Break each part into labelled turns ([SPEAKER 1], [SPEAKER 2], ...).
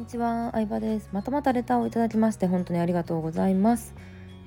[SPEAKER 1] にちは、相葉です。またまたレターをいただきまして本当にありがとうございます。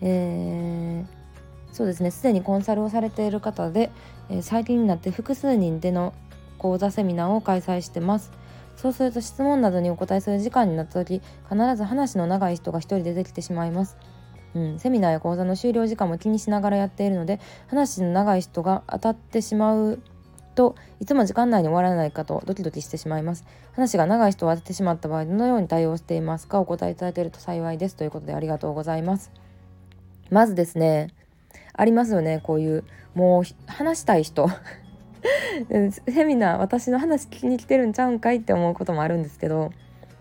[SPEAKER 1] そうですね、すでにコンサルをされている方で、最近になって複数人での講座セミナーを開催してます。そうすると質問などにお答えする時間になった時、必ず話の長い人が一人出てきてしまいます。セミナーや講座の終了時間も気にしながらやっているので、話の長い人が当たってしまうといつも時間内に終わらないかとドキドキしてしまいます。話が長い人を当ててしまった場合、どのように対応していますか？お答えいただけると幸いです、ということでありがとうございます。まずですね、ありますよね、こういうもう話したい人セミナー私の話聞きに来てるんちゃうんかいって思うこともあるんですけど、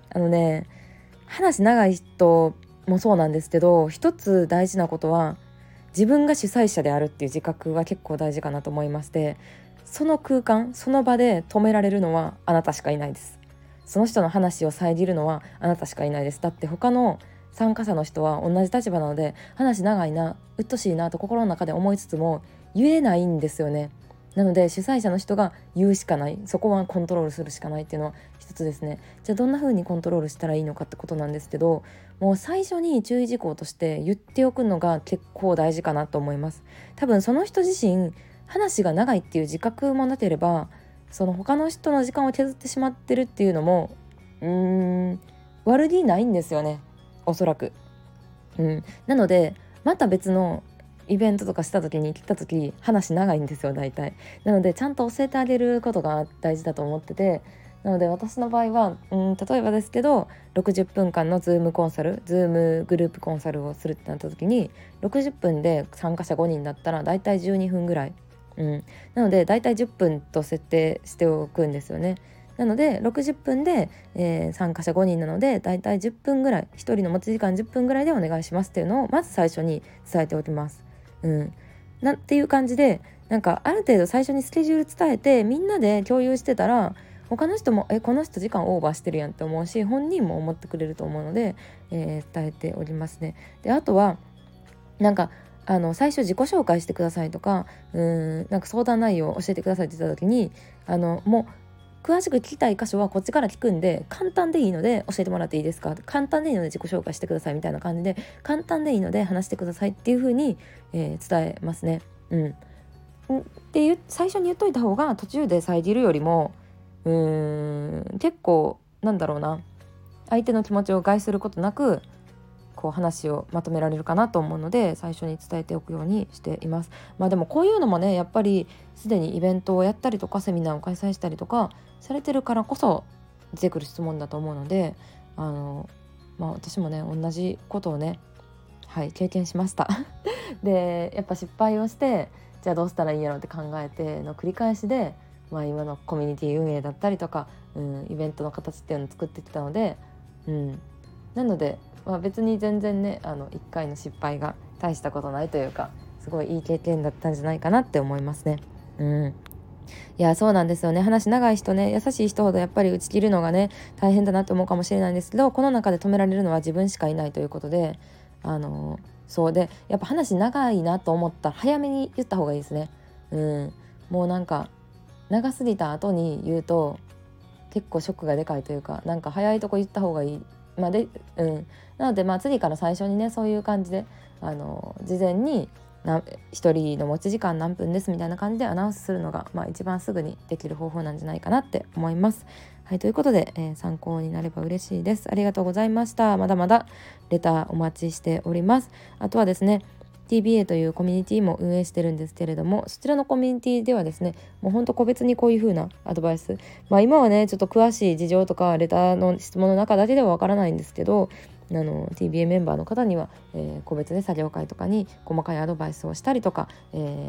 [SPEAKER 1] 話長い人もそうなんですけど、一つ大事なことは自分が主催者であるっていう自覚は結構大事かなと思いまして、その空間その場で止められるのはあなたしかいないです。その人の話を遮るのはあなたしかいないです。だって他の参加者の人は同じ立場なので、話長いな、うっとしいなと心の中で思いつつも言えないんですよね。なので主催者の人が言うしかない、そこはコントロールするしかないっていうのは一つですね。じゃあどんな風にコントロールしたらいいのかってことなんですけど、もう最初に注意事項として言っておくのが結構大事かなと思います。多分その人自身話が長いっていう自覚もなければ、その他の人の時間を削ってしまってるっていうのも悪気ないんですよね、おそらく。なのでまた別のイベントとかした時に来た時話長いんですよ大体。なのでちゃんと教えてあげることが大事だと思ってて、なので私の場合は例えばですけど、60分間のズームコンサル、ズームグループコンサルをするってなった時に60分で参加者5人だったら大体12分ぐらい、なので大体10分と設定しておくんですよね。なので60分で、参加者5人なのでだいたい10分ぐらい、1人の持ち時間10分ぐらいでお願いしますっていうのをまず最初に伝えておきます。なんていう感じで、なんかある程度最初にスケジュール伝えてみんなで共有してたら、他の人もこの人時間オーバーしてるやんって思うし、本人も思ってくれると思うので、伝えておりますね。であとは最初自己紹介してくださいとか、なんか相談内容を教えてくださいって言った時に、もう詳しく聞きたい箇所はこっちから聞くんで、簡単でいいので教えてもらっていいですか、簡単でいいので自己紹介してくださいみたいな感じで、簡単でいいので話してくださいっていう風に、伝えますね。っていう最初に言っといた方が途中で遮るよりも結構相手の気持ちを害することなくこう話をまとめられるかなと思うので、最初に伝えておくようにしています。でもこういうのもね、やっぱりすでにイベントをやったりとかセミナーを開催したりとかされてるからこそ出てくる質問だと思うので、私もね同じことをね、経験しましたでやっぱ失敗をして、じゃあどうしたらいいんやろうって考えての繰り返しで、今のコミュニティ運営だったりとか、イベントの形っていうのを作ってきたので、なので、別に全然ね1回の失敗が大したことないというか、すごいいい経験だったんじゃないかなって思いますね。いやそうなんですよね。話長い人ね、優しい人ほどやっぱり打ち切るのがね大変だなと思うかもしれないんですけど、この中で止められるのは自分しかいないということで、そうでやっぱ話長いなと思ったら早めに言った方がいいですね。もう長すぎた後に言うと結構ショックがでかいというか、早いとこ言った方がいいなので次から最初にねそういう感じで事前に一人の持ち時間何分ですみたいな感じでアナウンスするのが、一番すぐにできる方法なんじゃないかなって思います。ということで、参考になれば嬉しいです。ありがとうございました。まだまだレターお待ちしております。あとはですね、TBA というコミュニティも運営してるんですけれども、そちらのコミュニティではですね、もうほんと個別にこういう風なアドバイス、今はねちょっと詳しい事情とかレターの質問の中だけではわからないんですけど、TBA メンバーの方には、個別で作業会とかに細かいアドバイスをしたりとか、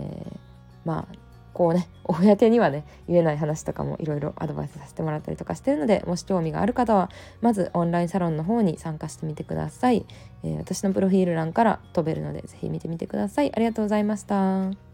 [SPEAKER 1] こうね公にはね言えない話とかもいろいろアドバイスさせてもらったりとかしてるので、もし興味がある方はまずオンラインサロンの方に参加してみてください。私のプロフィール欄から飛べるのでぜひ見てみてください。ありがとうございました。